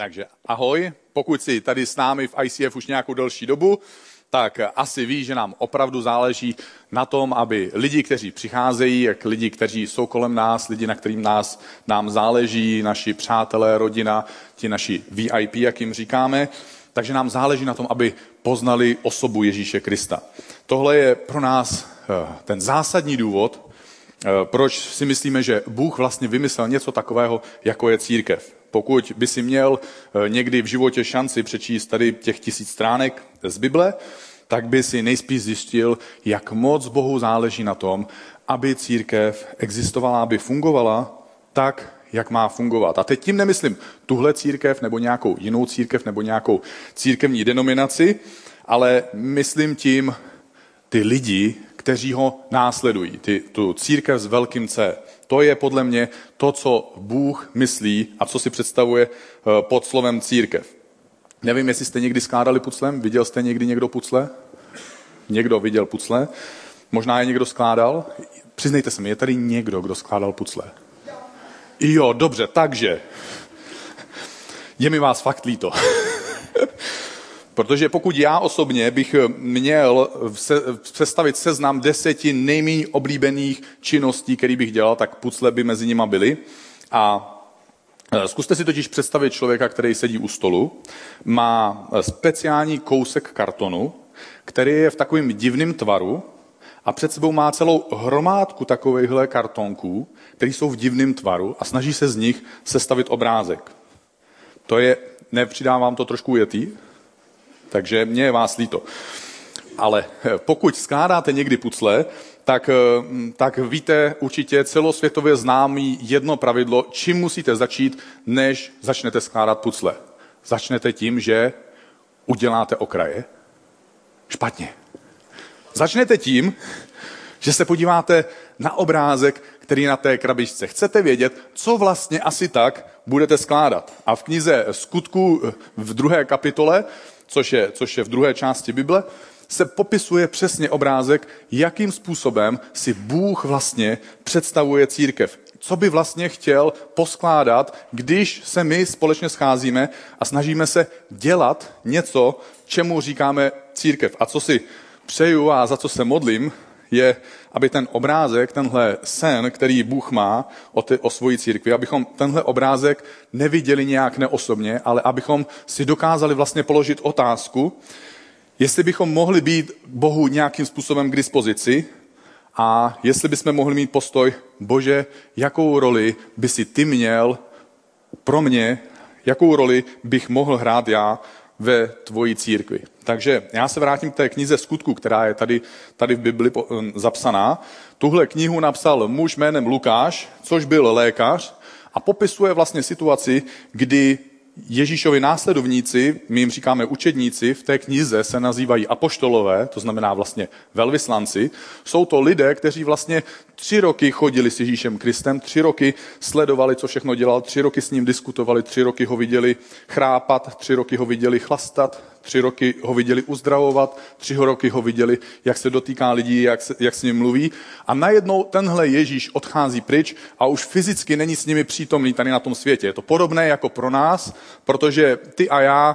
Takže ahoj, pokud jsi tady s námi v ICF už nějakou delší dobu, tak asi víš, že nám opravdu záleží na tom, aby lidi, kteří přicházejí, jak lidi, kteří jsou kolem nás, lidi, na kterým nám záleží, naši přátelé, rodina, ti naši VIP, jak jim říkáme, takže nám záleží na tom, aby poznali osobu Ježíše Krista. Tohle je pro nás ten zásadní důvod, proč si myslíme, že Bůh vlastně vymyslel něco takového, jako je církev. Pokud by si měl někdy v životě šanci přečíst tady těch 1000 stránek z Bible, tak by si nejspíš zjistil, jak moc Bohu záleží na tom, aby církev existovala, aby fungovala tak, jak má fungovat. A teď tím nemyslím tuhle církev, nebo nějakou jinou církev, nebo nějakou církevní denominaci, ale myslím tím ty lidi, kteří ho následují, tu církev s velkým C. To je podle mě to, co Bůh myslí a co si představuje pod slovem církev. Nevím, jestli jste někdy skládali puclem, viděl jste někdy někdo pucle? Někdo viděl pucle? Možná je někdo skládal? Přiznejte se mi, je tady někdo, kdo skládal pucle? Jo, dobře, takže je mi vás fakt líto. Protože pokud já osobně bych měl představit seznam 10 nejméně oblíbených činností, které bych dělal, tak pucle by mezi nimi byly. A zkuste si totiž představit člověka, který sedí u stolu, má speciální kousek kartonu, který je v takovém divném tvaru a před sebou má celou hromádku takovýchhle kartonků, které jsou v divném tvaru a snaží se z nich sestavit obrázek. To je, nepřidávám to trošku ujetý? Takže mě je vás líto. Ale pokud skládáte někdy pucle, tak víte určitě celosvětově známý jedno pravidlo, čím musíte začít, než začnete skládat pucle. Začnete tím, že uděláte okraje. Špatně. Začnete tím, že se podíváte na obrázek, který na té krabičce. Chcete vědět, co vlastně asi tak budete skládat. A v knize Skutků v 2. kapitole, což je v druhé části Bible, se popisuje přesně obrázek, jakým způsobem si Bůh vlastně představuje církev. Co by vlastně chtěl poskládat, když se my společně scházíme a snažíme se dělat něco, čemu říkáme církev. A co si přeju a za co se modlím, je, aby ten obrázek, tenhle sen, který Bůh má o svoji církvi, abychom tenhle obrázek neviděli nějak neosobně, ale abychom si dokázali vlastně položit otázku, jestli bychom mohli být Bohu nějakým způsobem k dispozici a jestli bychom mohli mít postoj, Bože, jakou roli by si ty měl pro mě, jakou roli bych mohl hrát já ve tvojí církvi. Takže já se vrátím k té knize Skutků, která je tady v Bibli zapsaná. Tuhle knihu napsal muž jménem Lukáš, což byl lékař a popisuje vlastně situaci, kdy Ježíšovi následovníci, my jim říkáme učedníci, v té knize se nazývají apoštolové, to znamená vlastně velvyslanci. Jsou to lidé, kteří vlastně 3 roky chodili s Ježíšem Kristem, 3 roky sledovali, co všechno dělal, 3 roky s ním diskutovali, 3 roky ho viděli chrápat, 3 roky ho viděli chlastat, 3 roky ho viděli uzdravovat, 3 roky ho viděli, jak se dotýká lidí, jak s ním mluví. A najednou tenhle Ježíš odchází pryč a už fyzicky není s nimi přítomný tady na tom světě. Je to podobné jako pro nás, protože ty a já,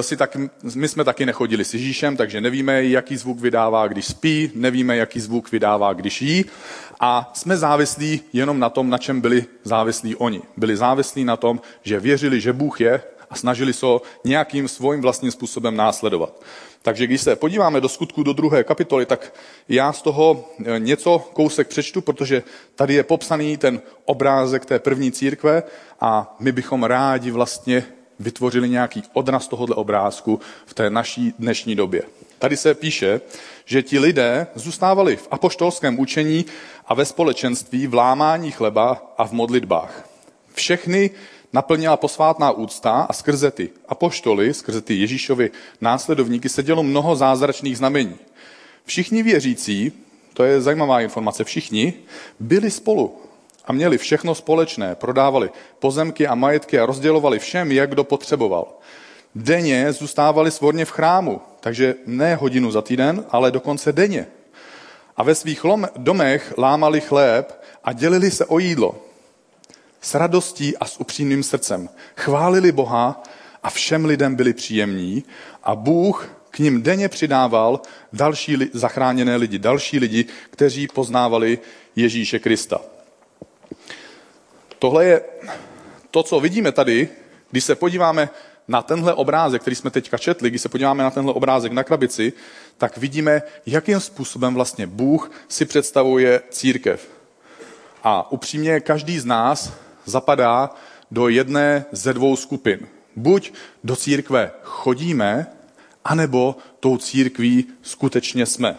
my jsme taky nechodili s Ježíšem, takže nevíme, jaký zvuk vydává, když spí, nevíme, jaký zvuk vydává, když jí. A jsme závislí jenom na tom, na čem byli závislí oni. Byli závislí na tom, že věřili, že Bůh je a snažili se ho nějakým svým vlastním způsobem následovat. Takže když se podíváme do Skutků do 2. kapitoly, tak já z toho něco kousek přečtu, protože tady je popsaný ten obrázek té první církve a my bychom rádi vlastně vytvořili nějaký odraz tohohle obrázku v té naší dnešní době. Tady se píše, že ti lidé zůstávali v apoštolském učení a ve společenství, v lámání chleba a v modlitbách. Všechny naplnila posvátná úcta a skrze ty apoštoly, skrze ty Ježíšovi následovníky se dělo mnoho zázračných znamení. Všichni věřící, to je zajímavá informace, všichni byli spolu a měli všechno společné, prodávali pozemky a majetky a rozdělovali všem, jak kdo potřeboval. Denně zůstávali svorně v chrámu, takže ne hodinu za týden, ale dokonce denně. A ve svých domech lámali chléb a dělili se o jídlo. S radostí a s upřímným srdcem. Chválili Boha a všem lidem byli příjemní a Bůh k nim denně přidával další zachráněné lidi, další lidi, kteří poznávali Ježíše Krista. Tohle je to, co vidíme tady, když se podíváme na tenhle obrázek, který jsme teďka četli, když se podíváme na tenhle obrázek na krabici, tak vidíme, jakým způsobem vlastně Bůh si představuje církev. A upřímně každý z nás zapadá do jedné ze dvou skupin. Buď do církve chodíme, anebo tou církví skutečně jsme.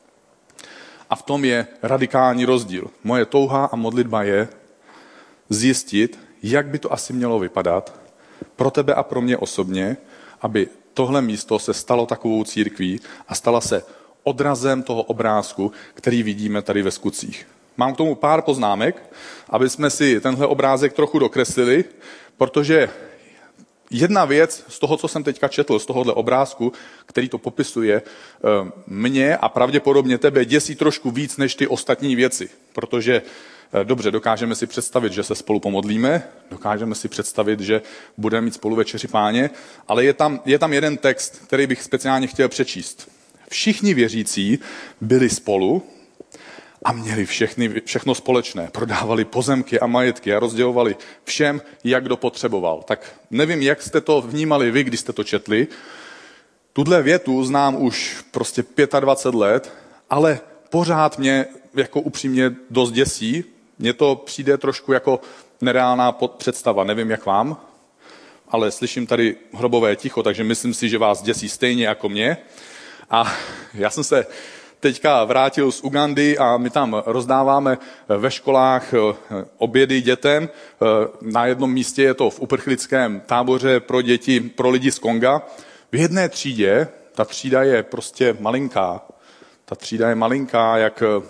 A v tom je radikální rozdíl. Moje touha a modlitba je zjistit, jak by to asi mělo vypadat pro tebe a pro mě osobně, aby tohle místo se stalo takovou církví a stala se odrazem toho obrázku, který vidíme tady ve Skutcích. Mám k tomu pár poznámek, aby jsme si tenhle obrázek trochu dokreslili, protože jedna věc z toho, co jsem teďka četl, z tohohle obrázku, který to popisuje, mě a pravděpodobně tebe děsí trošku víc než ty ostatní věci, protože dobře, dokážeme si představit, že se spolu pomodlíme, dokážeme si představit, že budeme mít spolu večeři Páně, ale je tam jeden text, který bych speciálně chtěl přečíst. Všichni věřící byli spolu a měli všechno společné. Prodávali pozemky a majetky a rozdělovali všem, jak kdo potřeboval. Tak nevím, jak jste to vnímali vy, když jste to četli. Tuhle větu znám už prostě 25 let, ale pořád mě jako upřímně dost děsí. Mně to přijde trošku jako nereálná představa. Nevím, jak vám, ale slyším tady hrobové ticho, takže myslím si, že vás děsí stejně jako mě. A já jsem se teďka vrátil z Ugandy a my tam rozdáváme ve školách obědy dětem. Na jednom místě je to v uprchlickém táboře pro děti, pro lidi z Konga. V jedné třídě, ta třída je prostě malinká. Ta třída je malinká,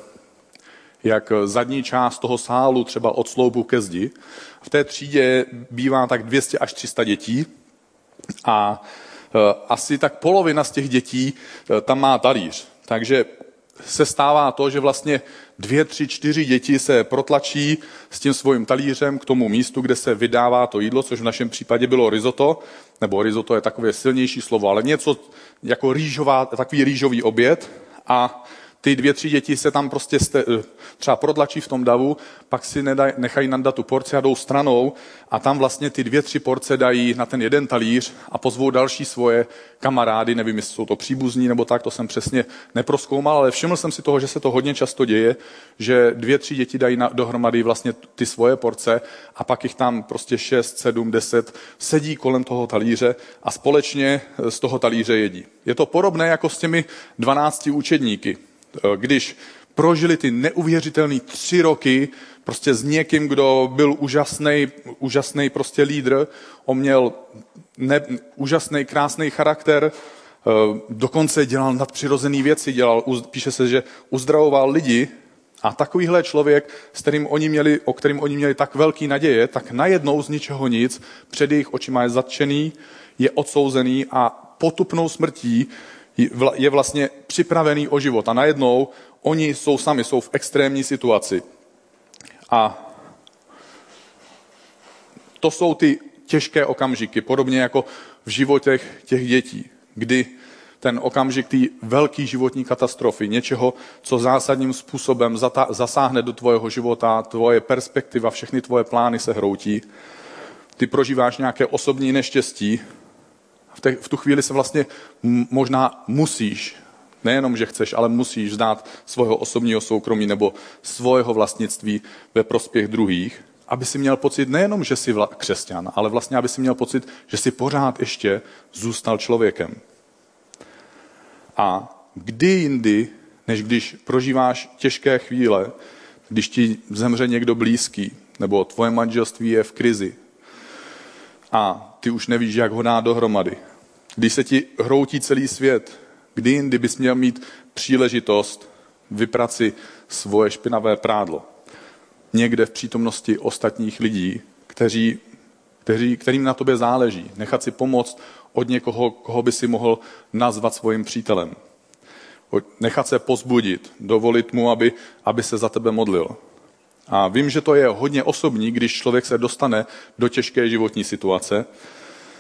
jak zadní část toho sálu, třeba od sloupu ke zdi. V té třídě bývá tak 200 až 300 dětí a asi tak polovina z těch dětí tam má talíř. Takže se stává to, že vlastně 2, 3, 4 děti se protlačí s tím svým talířem k tomu místu, kde se vydává to jídlo, což v našem případě bylo risotto, nebo risotto je takové silnější slovo, ale něco jako takový rýžový oběd a ty 2, 3 děti se tam prostě třeba protlačí v tom davu, pak si nechají nandat tu porci a jdou stranou a tam vlastně ty 2, 3 porce dají na ten jeden talíř a pozvou další svoje kamarády, nevím, jestli jsou to příbuzní nebo tak, to jsem přesně neprozkoumal, ale všiml jsem si toho, že se to hodně často děje, že 2, 3 děti dají dohromady vlastně ty svoje porce a pak jich tam prostě 6, 7, 10 sedí kolem toho talíře a společně z toho talíře jedí. Je to podobné jako s těmi 12 učedníky. Když prožili ty neuvěřitelné 3 roky prostě s někým, kdo byl úžasný prostě lídr, on měl úžasný, krásný charakter, dokonce dělal nadpřirozené věci, píše se, že uzdravoval lidi a takovýhle člověk, o kterým oni měli tak velký naděje, tak najednou z ničeho nic před jejich očima je zatčený, je odsouzený a potupnou smrtí je vlastně připravený o život. A najednou oni jsou sami, jsou v extrémní situaci. A to jsou ty těžké okamžiky, podobně jako v životech těch dětí, kdy ten okamžik té velké životní katastrofy, něčeho, co zásadním způsobem zasáhne do tvojeho života, tvoje perspektiva, všechny tvoje plány se hroutí. Ty prožíváš nějaké osobní neštěstí. V tu chvíli se vlastně možná musíš, nejenom, že chceš, ale musíš vzdát svého osobního soukromí nebo svého vlastnictví ve prospěch druhých, aby si měl pocit nejenom, že jsi křesťan, ale vlastně, aby si měl pocit, že jsi pořád ještě zůstal člověkem. A kdy jindy, než když prožíváš těžké chvíle, když ti zemře někdo blízký, nebo tvoje manželství je v krizi a ty už nevíš, jak ho dát dohromady. Když se ti hroutí celý svět, kdy jindy bys měl mít příležitost vyprat si svoje špinavé prádlo. Někde v přítomnosti ostatních lidí, kterým na tobě záleží. Nechat si pomoct od někoho, koho by si mohl nazvat svým přítelem. Nechat se pozbudit, dovolit mu, aby se za tebe modlil. A vím, že to je hodně osobní, když člověk se dostane do těžké životní situace,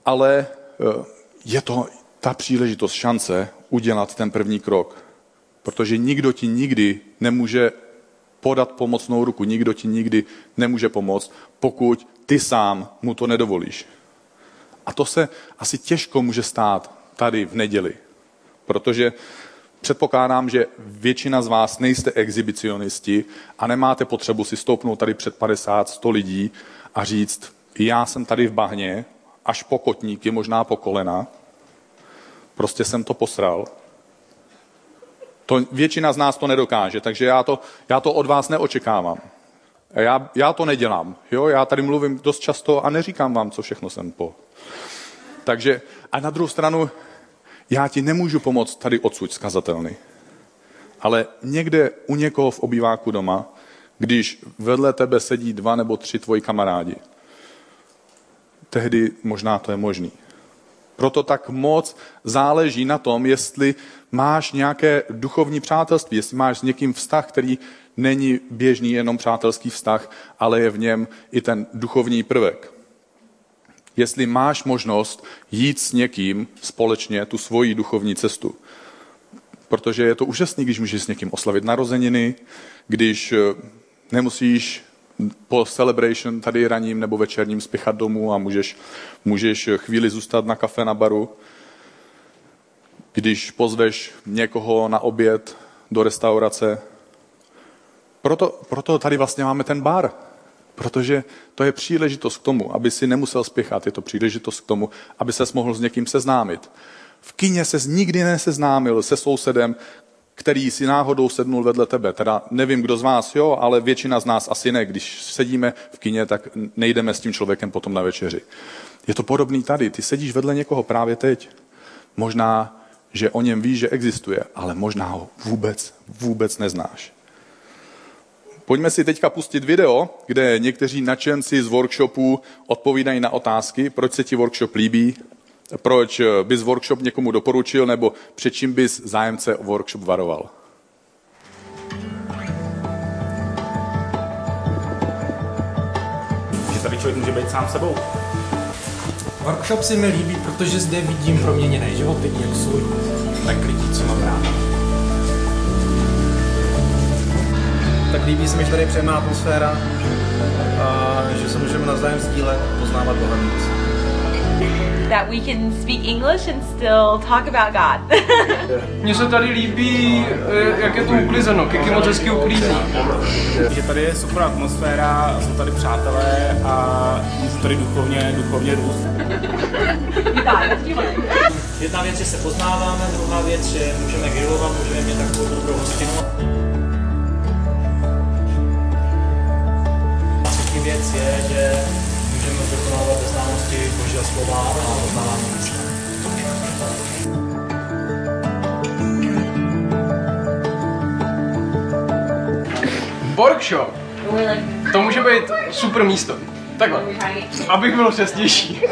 ale je to ta příležitost, šance udělat ten první krok. Protože nikdo ti nikdy nemůže podat pomocnou ruku, nikdo ti nikdy nemůže pomoct, pokud ty sám mu to nedovolíš. A to se asi těžko může stát tady v neděli, protože předpokládám, že většina z vás nejste exhibicionisti a nemáte potřebu si stoupnout tady před 50-100 lidí a říct, já jsem tady v bahně, až po kotníky, možná po kolena, prostě jsem to posral. Většina z nás to nedokáže, takže já to od vás neočekávám. Já to nedělám. Jo? Já tady mluvím dost často a neříkám vám, co všechno jsem po. Takže, a na druhou stranu, já ti nemůžu pomoct tady odsud zkazatelný. Ale někde u někoho v obýváku doma, když vedle tebe sedí 2 nebo 3 tvoji kamarádi, tehdy možná to je možný. Proto tak moc záleží na tom, jestli máš nějaké duchovní přátelství, jestli máš s někým vztah, který není běžný jenom přátelský vztah, ale je v něm i ten duchovní prvek. Jestli máš možnost jít s někým společně tu svoji duchovní cestu. Protože je to úžasný, když můžeš s někým oslavit narozeniny, když nemusíš po celebration tady raním nebo večerním spěchat domů a můžeš chvíli zůstat na kafe na baru. Když pozveš někoho na oběd do restaurace. Proto tady vlastně máme ten bar. Protože to je příležitost k tomu, aby si nemusel spěchat. Je to příležitost k tomu, aby ses mohl s někým seznámit. V kině ses nikdy neseznámil se sousedem, který si náhodou sednul vedle tebe. Teda nevím, kdo z vás, jo, ale většina z nás asi ne. Když sedíme v kině, tak nejdeme s tím člověkem potom na večeři. Je to podobný tady. Ty sedíš vedle někoho právě teď. Možná, že o něm víš, že existuje, ale možná ho vůbec neznáš. Pojďme si teďka pustit video, kde někteří nadšenci z workshopu odpovídají na otázky, proč se ti workshop líbí, proč bys workshop někomu doporučil, nebo před čím bys zájemce o workshop varoval. Že tady člověk může být sám sebou. Workshop si mi líbí, protože zde vidím proměněný život, teď jak svůj, tak lidí, co mám rád. Tak líbí se mi, že tady je příjemná atmosféra a že se můžeme navzájem sdílet, poznávat Boha víc. That we can speak English and still talk about God. Mně se tady líbí, jak je to uklizeno, jak je moc hezky uklízí. Že tady je super atmosféra, jsou tady přátelé a můžu tady duchovně růst. Jedna věc, že se poznáváme, druhá věc, že můžeme grillovat, můžeme mít takovou dobrou hostinu. Třetí věc je, že můžeme vykonávat ve známosti Božího slova a poznávání duše. Workshop. To může být super místo. Takhle, abych byl přesnější.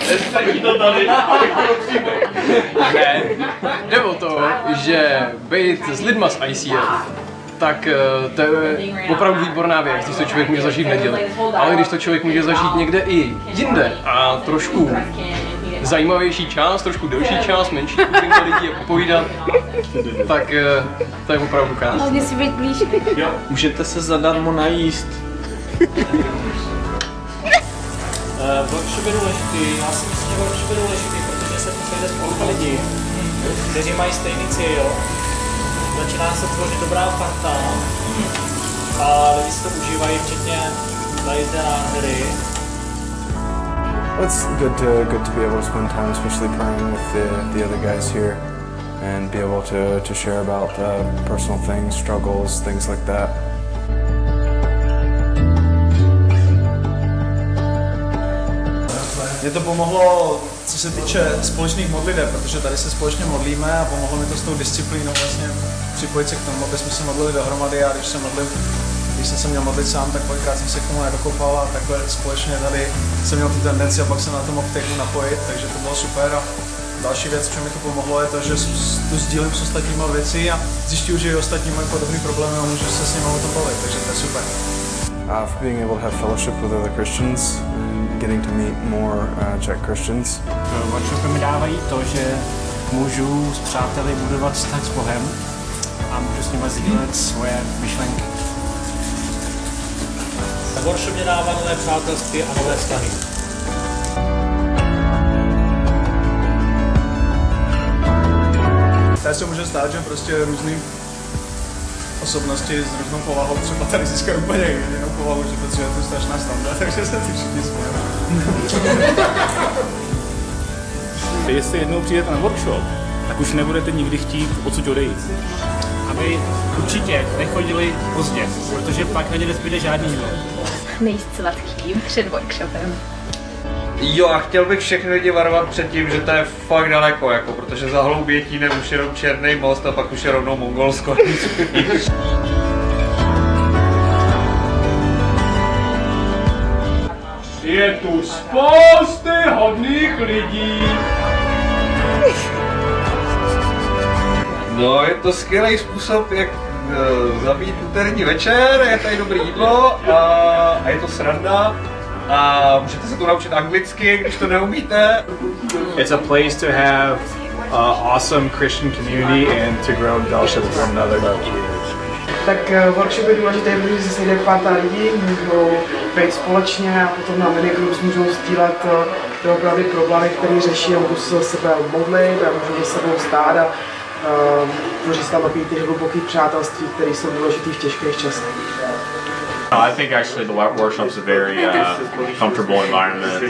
Ne, jde o to, že být s lidma z ICF, tak to je opravdu výborná věc, když to člověk může zažít v neděli. Ale když to člověk může zažít někde i jinde a trošku zajímavější část, trošku delší část, menší skupinka lidí a popovídat, tak to je opravdu krásné. Hlavně si být blíž. Můžete se zadarmo najíst. Workshop je důležitý, já si myslím, že workshop je důležitý, protože se tu sejde spousta lidí, kteří mají stejný cíl. Začíná se tvořit dobrá parta a lidi si to užívají, včetně tady té nádhery. It's good to be able to spend time, especially praying with the other guys here, and be able to share about personal things, struggles, things like that. Mně to pomohlo, co se týče společných modliteb, protože tady se společně modlíme a pomohlo mi to s tou disciplínou vlastně připojit se k tomu, aby jsme se modlili dohromady a když jsem se měl modlit sám, tak kolikrát jsem se k tomu nedokopal a takhle společně tady jsem měl tu tendenci a pak jsem na to mohl technu napojit, takže to bylo super. A další věc, co mi to pomohlo, je to, že tu sdílím s ostatníma věci a zjišťuju, že i ostatní mají podobné problémy a můžu se s nimi o tom bavit, takže to je super. For being able to have fellowship with other Christians and getting to meet more Czech Christians. Workshopy mi dávají to, že můžu s přáteli budovat vztah s Bohem a můžu s nimi sdílet svoje myšlenky. Workshop mě dává nové přátelství a nové vztahy. Tady se může stát, že prostě různý osobnosti s různou povahou třeba tady získají úplně jinou povahu, že protože je to strašná standa, takže se ty všichni smějí. Jestli jednou přijdete na workshop, tak už nebudete nikdy chtít odsud odejít. Aby určitě nechodili pozdě, protože pak na ně nezbyde žádný jídlo. Nejíst sladkým před workshopem. Jo, a chtěl bych všechny lidi varovat před tím, že to je fakt daleko, jako, protože za Hloubětínem už jenom Černý most a pak už je rovnou Mongolsko. Je tu spousty hodných lidí. No, je to skvělý způsob, jak zabít úterní večer, je tady dobré jídlo a je to sranda. A můžete se to naučit anglicky, když to neumíte. It's a place to have awesome Christian community and to grow in fellowship with one another. Tak workshop je důležité, protože se sejde pár lidí, můžou být společně a potom na minigroups můžou sdílet doopravdy problémy, které řeší a můžou se za sebe modlit a můžou za sebou stát a tvoří se tam takový ty hluboký přátelství, které jsou důležitý v těžkých časech. I think actually the workshop's a very comfortable environment.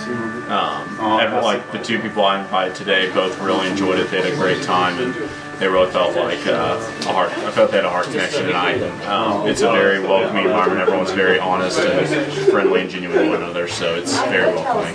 Like the two people I invited today both really enjoyed it. They had a great time and they really felt like I felt they had a heart connection tonight. It's a very welcoming environment. Everyone's very honest and friendly and genuine to one another, so it's very welcoming.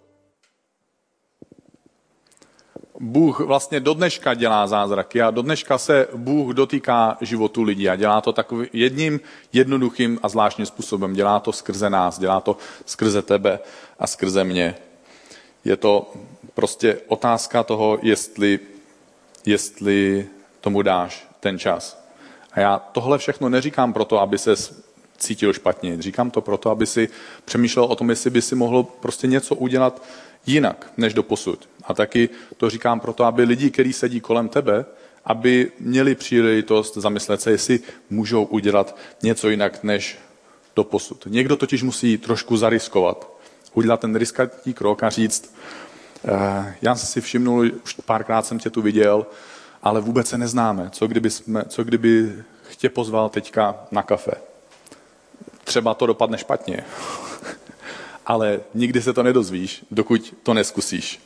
Bůh vlastně do dneška dělá zázraky a do dneška se Bůh dotýká životu lidí a dělá to takovým jedním jednoduchým a zvláštním způsobem. Dělá to skrze nás, dělá to skrze tebe a skrze mě. Je to prostě otázka toho, jestli tomu dáš ten čas. A já tohle všechno neříkám proto, aby se cítil špatně. Říkám to proto, aby si přemýšlel o tom, jestli by si mohl prostě něco udělat jinak, než doposud. A taky to říkám proto, aby lidi, kteří sedí kolem tebe, aby měli příležitost zamyslet se, jestli můžou udělat něco jinak, než doposud. Někdo totiž musí trošku zariskovat. Udělat ten riskantní krok a říct, já jsem si všimnul, už párkrát jsem tě tu viděl, ale vůbec se neznáme. Co kdyby tě pozval teďka na kafe? Třeba to dopadne špatně. Ale nikdy se to nedozvíš, dokud to neskusíš.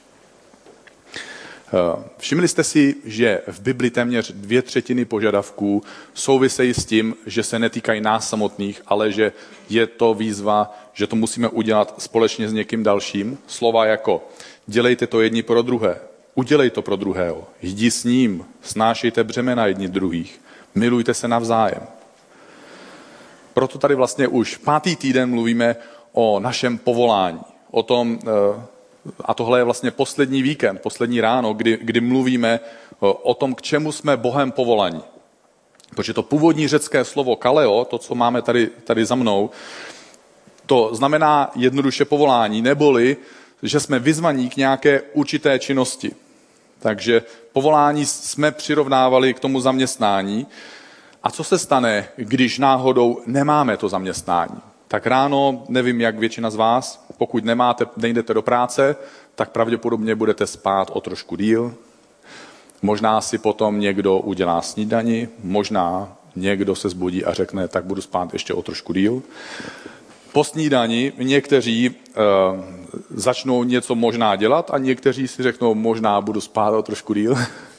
Všimli jste si, že v Bibli téměř 2/3 požadavků souvisejí s tím, že se netýkají nás samotných, ale že je to výzva, že to musíme udělat společně s někým dalším. Slova jako dělejte to jedni pro druhé, udělej to pro druhého, jdi s ním, snášejte břemena jedni druhých, milujte se navzájem. Proto tady vlastně už 5. týden mluvíme o našem povolání, o tom, a tohle je vlastně poslední víkend, poslední ráno, kdy mluvíme o tom, k čemu jsme Bohem povolaní. Protože to původní řecké slovo kaleo, to, co máme tady za mnou, to znamená jednoduše povolání, neboli, že jsme vyzvaní k nějaké určité činnosti. Takže povolání jsme přirovnávali k tomu zaměstnání. A co se stane, když náhodou nemáme to zaměstnání? Tak ráno, nevím jak většina z vás, pokud nejdete do práce, tak pravděpodobně budete spát o trošku díl. Možná si potom někdo udělá snídani, možná někdo se zbudí a řekne, tak budu spát ještě o trošku díl. Po snídani někteří začnou něco možná dělat a někteří si řeknou, možná budu spát o trošku díl.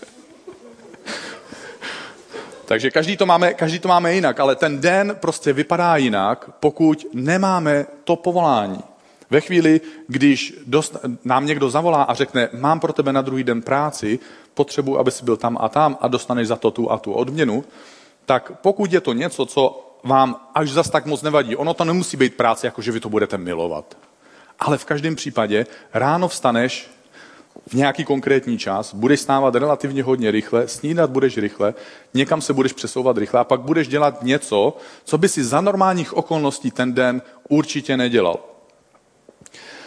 Takže každý to máme jinak, ale ten den prostě vypadá jinak, pokud nemáme to povolání. Ve chvíli, když nám někdo zavolá a řekne, mám pro tebe na druhý den práci, potřebuji, aby si byl tam a dostaneš za to tu a tu odměnu, tak pokud je to něco, co vám až zas tak moc nevadí, ono to nemusí být práce, jako že vy to budete milovat. Ale v každém případě ráno vstaneš v nějaký konkrétní čas, budeš stávat relativně hodně rychle, snídat budeš rychle, někam se budeš přesouvat rychle a pak budeš dělat něco, co by si za normálních okolností ten den určitě nedělal.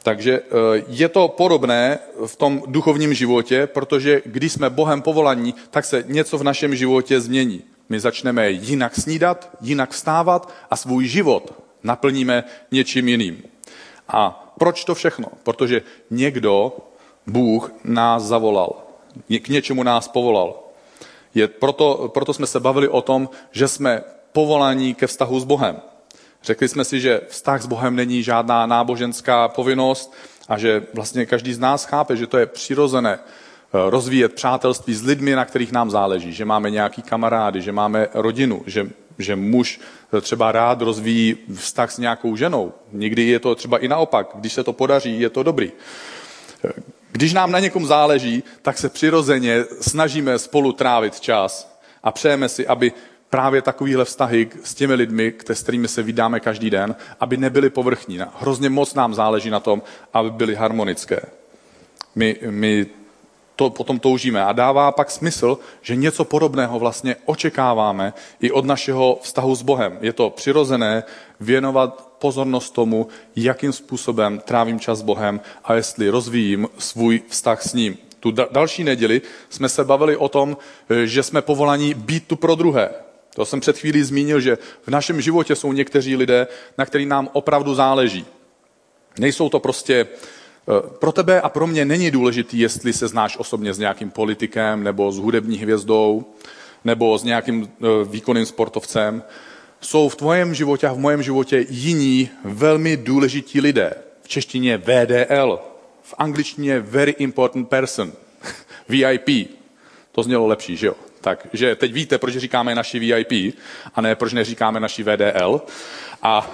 Takže je to podobné v tom duchovním životě, protože když jsme Bohem povolaní, tak se něco v našem životě změní. My začneme jinak snídat, jinak vstávat a svůj život naplníme něčím jiným. A proč to všechno? Protože někdo, Bůh, nás zavolal. K něčemu nás povolal. Proto jsme se bavili o tom, že jsme povolaní ke vztahu s Bohem. Řekli jsme si, že vztah s Bohem není žádná náboženská povinnost a že vlastně každý z nás chápe, že to je přirozené rozvíjet přátelství s lidmi, na kterých nám záleží, že máme nějaký kamarády, že máme rodinu, že muž třeba rád rozvíjí vztah s nějakou ženou. Někdy je to třeba i naopak, když se to podaří, je to dobrý. Když nám na někom záleží, tak se přirozeně snažíme spolu trávit čas a přejeme si, aby právě takovýhle vztahy s těmi lidmi, s kterými se vydáme každý den, aby nebyly povrchní. Hrozně moc nám záleží na tom, aby byly harmonické. My to potom toužíme a dává pak smysl, že něco podobného vlastně očekáváme i od našeho vztahu s Bohem. Je to přirozené věnovat pozornost tomu, jakým způsobem trávím čas s Bohem a jestli rozvíjím svůj vztah s ním. Tu další neděli jsme se bavili o tom, že jsme povolaní být tu pro druhé. To jsem před chvílí zmínil, že v našem životě jsou někteří lidé, na kterých nám opravdu záleží. Nejsou to prostě pro tebe a pro mě není důležitý, jestli se znáš osobně s nějakým politikem, nebo s hudební hvězdou, nebo s nějakým výkonným sportovcem. Jsou v tvém životě a v mém životě jiní velmi důležití lidé. V češtině VDL, v angličtině Very Important Person, VIP. To znělo lepší, že jo? Takže teď víte, proč říkáme naši VIP a ne proč neříkáme naši VDL. A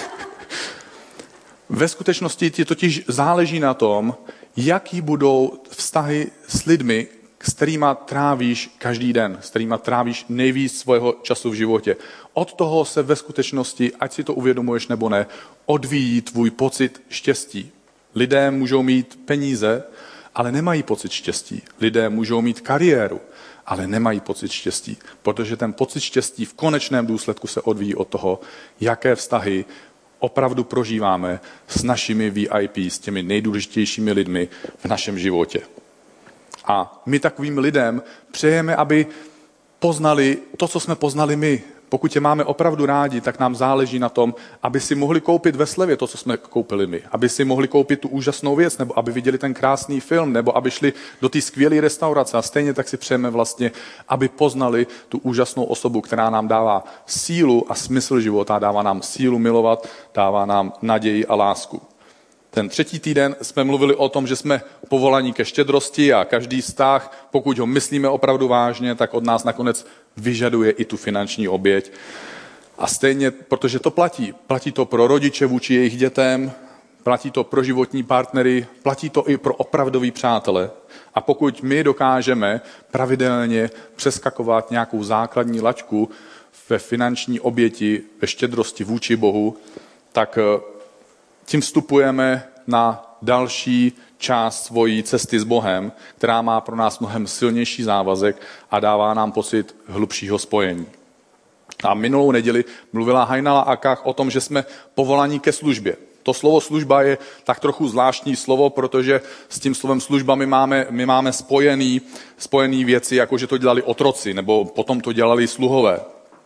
ve skutečnosti ti totiž záleží na tom, jaký budou vztahy s lidmi, s kterýma trávíš každý den, s kterýma trávíš nejvíc svého času v životě. Od toho se ve skutečnosti, ať si to uvědomuješ nebo ne, odvíjí tvůj pocit štěstí. Lidé můžou mít peníze, ale nemají pocit štěstí. Lidé můžou mít kariéru, ale nemají pocit štěstí, protože ten pocit štěstí v konečném důsledku se odvíjí od toho, jaké vztahy opravdu prožíváme s našimi VIP, s těmi nejdůležitějšími lidmi v našem životě. A my takovým lidem přejeme, aby poznali to, co jsme poznali my. Pokud je máme opravdu rádi, tak nám záleží na tom, aby si mohli koupit ve slevě to, co jsme koupili my. Aby si mohli koupit tu úžasnou věc, nebo aby viděli ten krásný film, nebo aby šli do té skvělé restaurace. A stejně tak si přejeme vlastně, aby poznali tu úžasnou osobu, která nám dává sílu a smysl života, dává nám sílu milovat, dává nám naději a lásku. Ten třetí týden jsme mluvili o tom, že jsme povolaní ke štědrosti a každý vztah, pokud ho myslíme opravdu vážně, tak od nás nakonec vyžaduje i tu finanční oběť. A stejně, protože to platí. Platí to pro rodiče vůči jejich dětem, platí to pro životní partnery, platí to i pro opravdoví přátele. A pokud my dokážeme pravidelně přeskakovat nějakou základní laťku ve finanční oběti, ve štědrosti vůči Bohu, tak tím vstupujeme na další část svojí cesty s Bohem, která má pro nás mnohem silnější závazek a dává nám pocit hlubšího spojení. A minulou neděli mluvila Hajnala Akach o tom, že jsme povolaní ke službě. To slovo služba je tak trochu zvláštní slovo, protože s tím slovem služba my máme spojený věci, jako že to dělali otroci, nebo potom to dělali sluhové.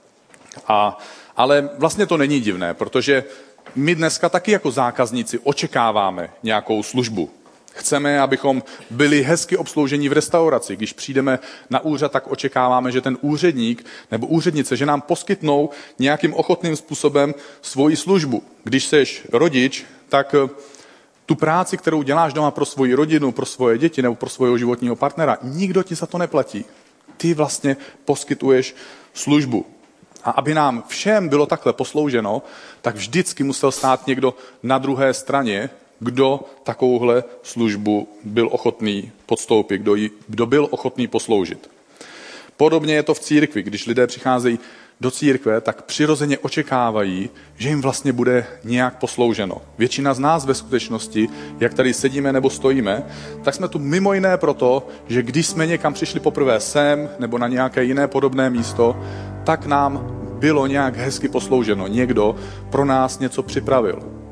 Ale vlastně to není divné, protože my dneska taky jako zákazníci očekáváme nějakou službu. Chceme, abychom byli hezky obslouženi v restauraci. Když přijdeme na úřad, tak očekáváme, že ten úředník nebo úřednice, že nám poskytnou nějakým ochotným způsobem svoji službu. Když seš rodič, tak tu práci, kterou děláš doma pro svoji rodinu, pro svoje děti nebo pro svého životního partnera, nikdo ti za to neplatí. Ty vlastně poskytuješ službu. A aby nám všem bylo takhle poslouženo, tak vždycky musel stát někdo na druhé straně, kdo takovouhle službu byl ochotný podstoupit, kdo byl ochotný posloužit. Podobně je to v církvi. Když lidé přicházejí do církve, tak přirozeně očekávají, že jim vlastně bude nějak poslouženo. Většina z nás ve skutečnosti, jak tady sedíme nebo stojíme, tak jsme tu mimo jiné proto, že když jsme někam přišli poprvé sem nebo na nějaké jiné podobné místo, tak nám bylo nějak hezky poslouženo. Někdo pro nás něco připravil.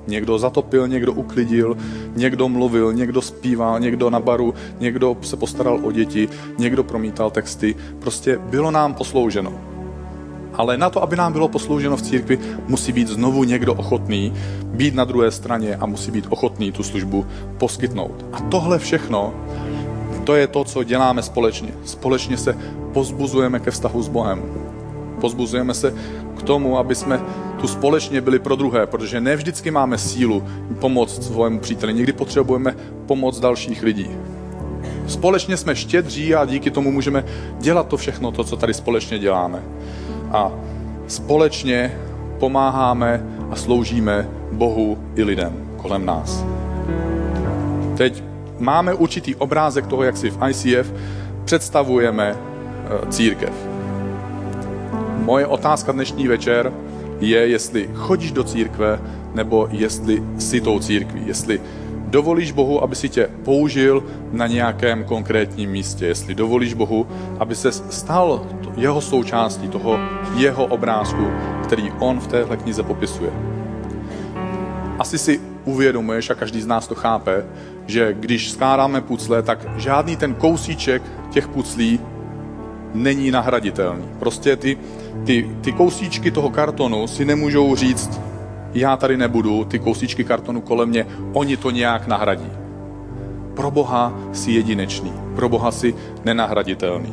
Někdo zatopil, někdo uklidil, někdo mluvil, někdo zpíval, někdo na baru, někdo se postaral o děti, někdo promítal texty. Prostě bylo nám poslouženo. Ale na to, aby nám bylo poslouženo v církvi, musí být znovu někdo ochotný být na druhé straně a musí být ochotný tu službu poskytnout. A tohle všechno, to je to, co děláme společně. Společně se pozbuzujeme ke vztahu s Bohem. Pozbuzujeme se k tomu, aby jsme tu společně byli pro druhé, protože ne vždycky máme sílu pomoct svému příteli. Někdy potřebujeme pomoc dalších lidí. Společně jsme štědří a díky tomu můžeme dělat to všechno, to, co tady společně děláme. A společně pomáháme a sloužíme Bohu i lidem kolem nás. Teď máme určitý obrázek toho, jak si v ICF představujeme církev. Moje otázka dnešní večer je, jestli chodíš do církve, nebo jestli jsi tou církví. Jestli dovolíš Bohu, aby si tě použil na nějakém konkrétním místě. Jestli dovolíš Bohu, aby se stal jeho součástí, toho jeho obrázku, který on v téhle knize popisuje. Asi si uvědomuješ, a každý z nás to chápe, že když skládáme pucle, tak žádný ten kousíček těch puclí není nahraditelný. Prostě ty kousíčky toho kartonu si nemůžou říct, já tady nebudu, ty kousíčky kartonu kolem mě, oni to nějak nahradí. Pro Boha jsi jedinečný, pro Boha jsi nenahraditelný.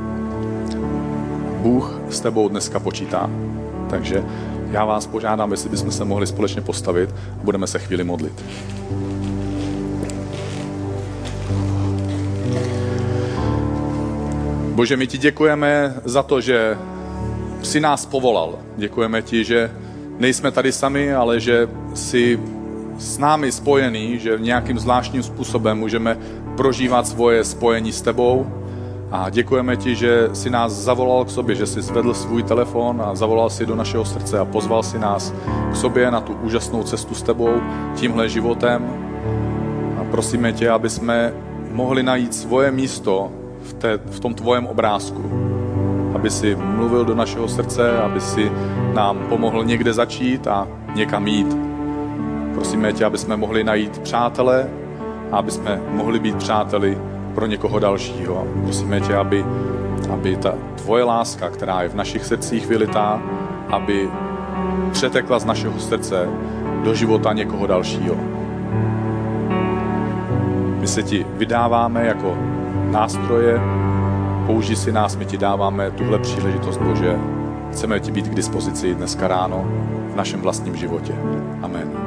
Bůh s tebou dneska počítá. Takže já vás požádám, jestli bychom se mohli společně postavit a budeme se chvíli modlit. Bože, my ti děkujeme za to, že jsi nás povolal. Děkujeme ti, že nejsme tady sami, ale že jsi s námi spojený, že nějakým zvláštním způsobem můžeme prožívat svoje spojení s tebou. A děkujeme ti, že jsi nás zavolal k sobě, že jsi zvedl svůj telefon a zavolal si do našeho srdce a pozval si nás k sobě na tu úžasnou cestu s tebou, tímhle životem. A prosíme tě, aby jsme mohli najít svoje místo v tom tvojem obrázku. Aby si mluvil do našeho srdce, aby si nám pomohl někde začít a někam jít. Prosíme tě, aby jsme mohli najít přátele a aby jsme mohli být přáteli pro někoho dalšího. Prosíme tě, aby ta tvoje láska, která je v našich srdcích vylitá, aby přetekla z našeho srdce do života někoho dalšího. My se ti vydáváme jako nástroje, použij si nás, my ti dáváme tuhle příležitost, Bože. Chceme ti být k dispozici dneska ráno v našem vlastním životě. Amen.